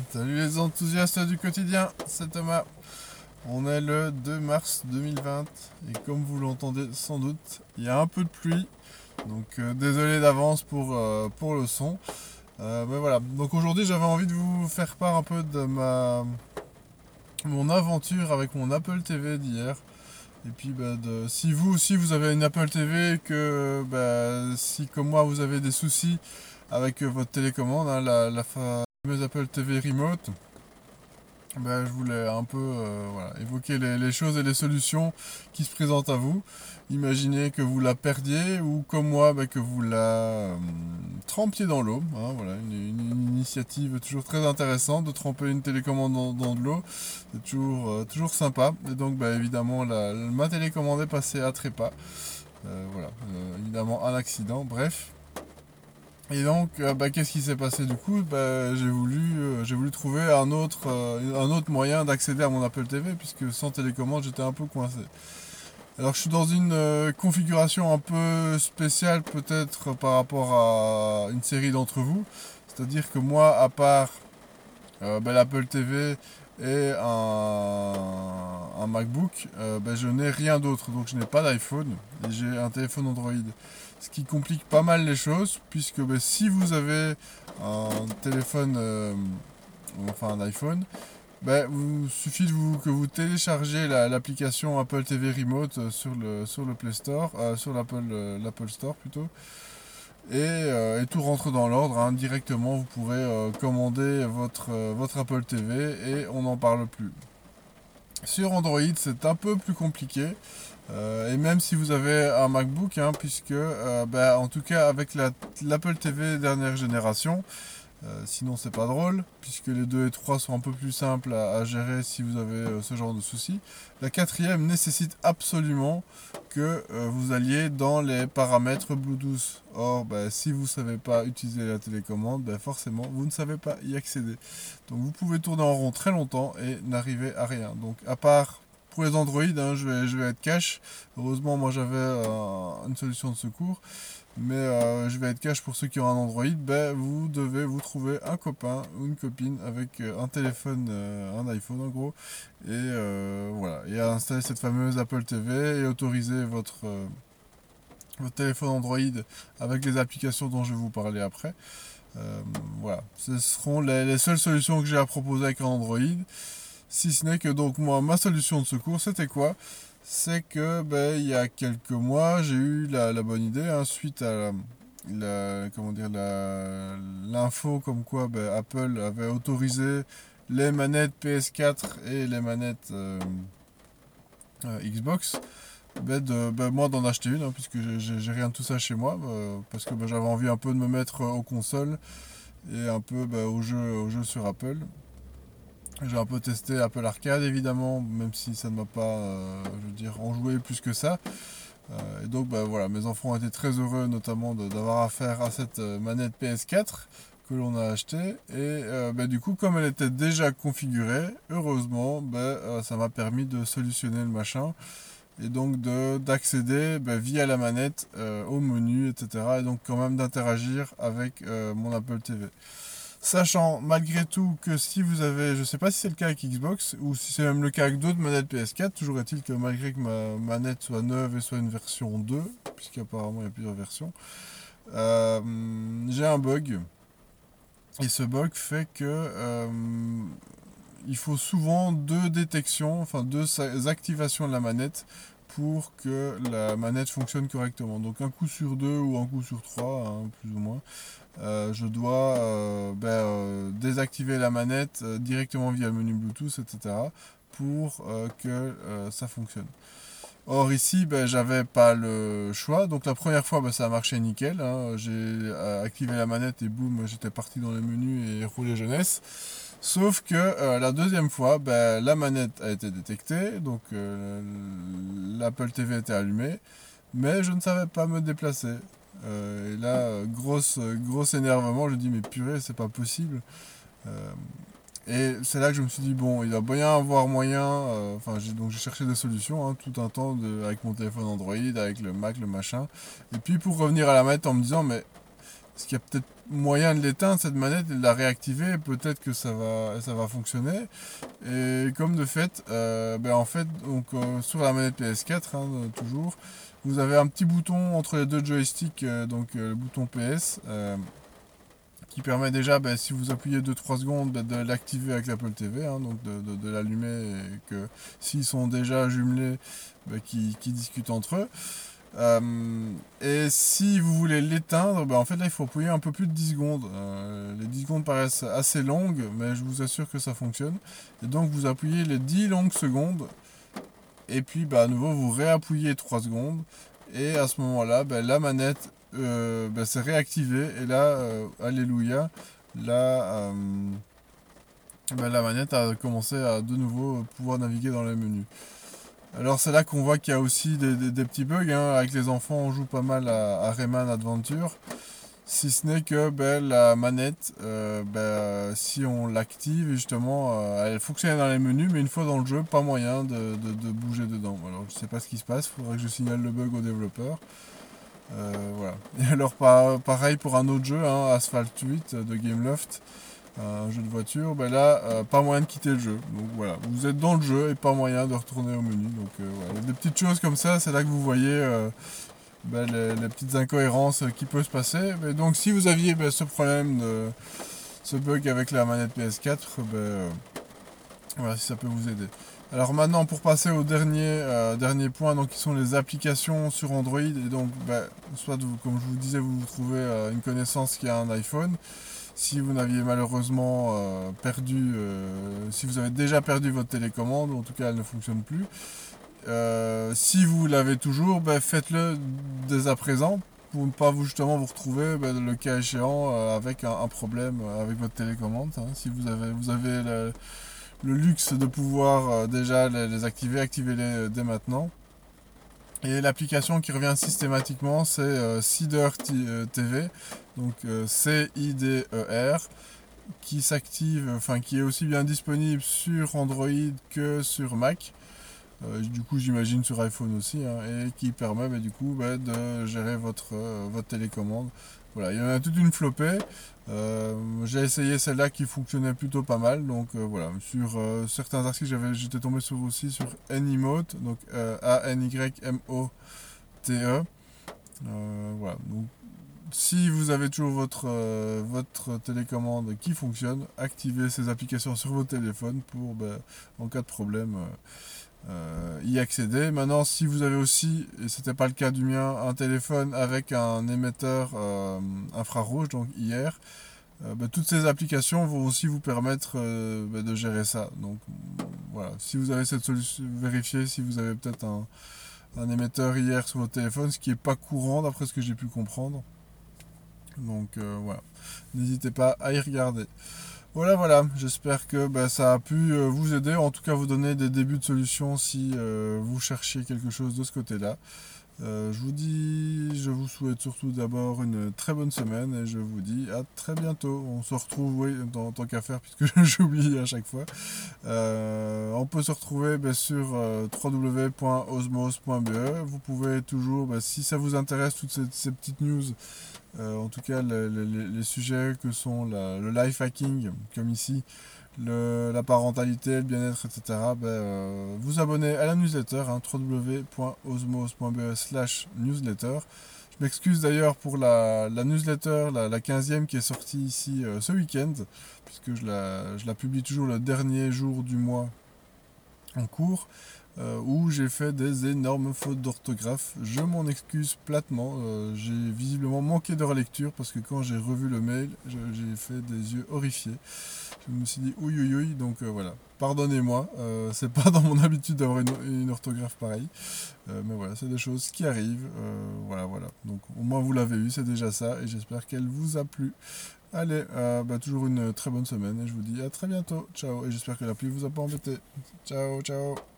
Salut les enthousiastes du quotidien, c'est Thomas. On est le 2 mars 2020 et comme vous l'entendez sans doute, il y a un peu de pluie. Donc désolé d'avance pour le son. Mais voilà, donc aujourd'hui j'avais envie de vous faire part un peu de mon aventure avec mon Apple TV d'hier. Et puis si vous aussi vous avez une Apple TV, que si comme moi vous avez des soucis avec votre télécommande, hein, la fameuse Apple TV Remote, je voulais un peu voilà, évoquer les choses et les solutions qui se présentent à vous. Imaginez que vous la perdiez ou comme moi que vous la trempiez dans l'eau. Hein, voilà, une initiative toujours très intéressante de tremper une télécommande dans de l'eau. C'est toujours sympa. Et donc évidemment ma télécommande est passée à trépas. Voilà, évidemment un accident. Bref. Et donc, qu'est-ce qui s'est passé du coup? J'ai voulu trouver un autre moyen d'accéder à mon Apple TV, puisque sans télécommande, j'étais un peu coincé. Alors, je suis dans une configuration un peu spéciale, peut-être par rapport à une série d'entre vous. C'est-à-dire que moi, à part l'Apple TV et un MacBook, je n'ai rien d'autre. Donc, je n'ai pas d'iPhone et j'ai un téléphone Android. Ce qui complique pas mal les choses, puisque si vous avez un téléphone, enfin un iPhone, il suffit que vous téléchargez l'application Apple TV Remote sur le Play Store, sur l'Apple Store plutôt, et tout rentre dans l'ordre. Hein. Directement, vous pourrez commander votre Apple TV et on n'en parle plus. Sur Android, c'est un peu plus compliqué. Et même si vous avez un MacBook, hein, puisque en tout cas avec l'Apple TV dernière génération, sinon c'est pas drôle, puisque les 2 et 3 sont un peu plus simples à gérer si vous avez ce genre de soucis. La quatrième nécessite absolument que vous alliez dans les paramètres Bluetooth. Or, si vous ne savez pas utiliser la télécommande, forcément vous ne savez pas y accéder. Donc vous pouvez tourner en rond très longtemps et n'arriver à rien. Donc à part pour les Android, hein, je vais être cash. Heureusement, moi j'avais une solution de secours. Mais je vais être cash pour ceux qui ont un Android. Vous devez vous trouver un copain ou une copine avec un téléphone, un iPhone en gros. Et voilà. Et à installer cette fameuse Apple TV et autoriser votre téléphone Android avec les applications dont je vais vous parler après. Voilà. Ce seront les seules solutions que j'ai à proposer avec un Android. Si ce n'est que donc moi, ma solution de secours, c'était quoi? C'est que il y a quelques mois, j'ai eu la bonne idée, hein, suite à comment dire, l'info comme quoi Apple avait autorisé les manettes PS4 et les manettes Xbox, moi d'en acheter une, hein, puisque j'ai rien de tout ça chez moi, parce que j'avais envie un peu de me mettre aux consoles et un peu aux jeux sur Apple. J'ai un peu testé Apple Arcade évidemment, même si ça ne m'a pas, je veux dire, enjoué plus que ça. Et donc voilà, mes enfants ont été très heureux notamment d'avoir affaire à cette manette PS4 que l'on a achetée. Et du coup, comme elle était déjà configurée, heureusement, ça m'a permis de solutionner le machin. Et donc d'accéder via la manette au menu, etc. Et donc quand même d'interagir avec mon Apple TV. Sachant malgré tout que si vous avez, je sais pas si c'est le cas avec Xbox ou si c'est même le cas avec d'autres manettes PS4, toujours est-il que malgré que ma manette soit neuve et soit une version 2, puisqu'apparemment il y a plusieurs versions, j'ai un bug. Et ce bug fait que il faut souvent deux détections, enfin deux activations de la manette pour que la manette fonctionne correctement. Donc un coup sur deux ou un coup sur trois, hein, plus ou moins. Je dois désactiver la manette directement via le menu Bluetooth, etc. pour que ça fonctionne. Or ici, j'avais pas le choix. Donc la première fois, ça a marché nickel. Hein. J'ai activé la manette et boum, j'étais parti dans les menus et roulé jeunesse. Sauf que la deuxième fois, la manette a été détectée, donc l'Apple TV était allumée, mais je ne savais pas me déplacer. Et là, gros énervement, je dis mais purée, c'est pas possible. Euh, et c'est là que je me suis dit bon, il doit bien avoir moyen. Donc j'ai cherché des solutions, hein, tout un temps avec mon téléphone Android, avec le Mac, le machin. Et puis pour revenir à la manette en me disant mais Est-ce qu'il y a peut-être moyen de l'éteindre cette manette et de la réactiver? Peut-être que ça va fonctionner. Et comme de fait, en fait, donc sur la manette PS4, hein, toujours, vous avez un petit bouton entre les deux joysticks, le bouton PS, qui permet déjà, si vous appuyez 2-3 secondes, de l'activer avec l'Apple TV, hein, donc de l'allumer, et que s'ils sont déjà jumelés, qui discutent entre eux. Et si vous voulez l'éteindre, en fait là il faut appuyer un peu plus de 10 secondes. Les 10 secondes paraissent assez longues, mais je vous assure que ça fonctionne. Et donc vous appuyez les 10 longues secondes, et puis à nouveau vous réappuyez 3 secondes, et à ce moment-là, la manette s'est réactivée, et là, alléluia, là, la manette a commencé à de nouveau pouvoir naviguer dans les menus. Alors c'est là qu'on voit qu'il y a aussi des petits bugs, hein. Avec les enfants on joue pas mal à Rayman Adventure, si ce n'est que la manette, si on l'active, justement, elle fonctionne dans les menus, mais une fois dans le jeu, pas moyen de bouger dedans. Alors je sais pas ce qui se passe, il faudra que je signale le bug aux développeurs. Voilà. Et alors pareil pour un autre jeu, hein, Asphalt 8 de Gameloft, un jeu de voiture, pas moyen de quitter le jeu. Donc voilà, vous êtes dans le jeu et pas moyen de retourner au menu. Donc voilà, des petites choses comme ça, c'est là que vous voyez les petites incohérences qui peuvent se passer. Mais donc si vous aviez ce problème, ce bug avec la manette PS4, voilà, si ça peut vous aider. Alors maintenant, pour passer au dernier point, donc qui sont les applications sur Android. Et donc soit comme je vous disais, vous trouvez une connaissance qui a un iPhone. Si vous n'aviez malheureusement si vous avez déjà perdu votre télécommande, en tout cas elle ne fonctionne plus. Si vous l'avez toujours, faites-le dès à présent pour ne pas justement vous retrouver le cas échéant avec un problème avec votre télécommande, hein. Si vous avez le luxe de pouvoir déjà les activer, activez-les dès maintenant. Et l'application qui revient systématiquement, c'est Cider TV, donc CIDER, qui s'active, qui est aussi bien disponible sur Android que sur Mac. Du coup, j'imagine sur iPhone aussi, hein, et qui permet du coup de gérer votre télécommande. Voilà, il y en a toute une flopée. J'ai essayé celle-là qui fonctionnait plutôt pas mal. Donc voilà, sur certains articles, j'étais tombé aussi sur Anymote, donc ANYMOTE. Voilà, donc si vous avez toujours votre télécommande qui fonctionne, activez ces applications sur vos téléphones pour, en cas de problème, y accéder. Maintenant, si vous avez aussi, et c'était pas le cas du mien, un téléphone avec un émetteur infrarouge, donc IR, toutes ces applications vont aussi vous permettre de gérer ça. Donc voilà, si vous avez cette solution, vérifiez si vous avez peut-être un émetteur IR sur votre téléphone, ce qui n'est pas courant d'après ce que j'ai pu comprendre. Donc voilà, n'hésitez pas à y regarder. Voilà, j'espère que ça a pu vous aider, en tout cas vous donner des débuts de solutions si vous cherchiez quelque chose de ce côté-là. Je vous souhaite surtout d'abord une très bonne semaine, et je vous dis à très bientôt. On se retrouve, oui, dans tant qu'à faire, puisque j'oublie à chaque fois. On peut se retrouver sur www.osmos.be. Vous pouvez toujours, si ça vous intéresse, toutes ces petites news, en tout cas les sujets que sont le life hacking, comme ici, la parentalité, le bien-être, etc., vous abonnez à la newsletter, hein, www.osmos.be/newsletter. Je m'excuse d'ailleurs pour la newsletter, la 15e qui est sortie ici ce week-end, puisque je la publie toujours le dernier jour du mois en cours, où j'ai fait des énormes fautes d'orthographe. Je m'en excuse platement. J'ai visiblement manqué de relecture, parce que quand j'ai revu le mail, j'ai fait des yeux horrifiés. Je me suis dit ouï, donc voilà. Pardonnez-moi, c'est pas dans mon habitude d'avoir une orthographe pareille. Mais voilà, c'est des choses qui arrivent. Voilà. Donc au moins vous l'avez eu, c'est déjà ça, et j'espère qu'elle vous a plu. Allez, toujours une très bonne semaine, et je vous dis à très bientôt. Ciao, et j'espère que la pluie vous a pas embêté. Ciao.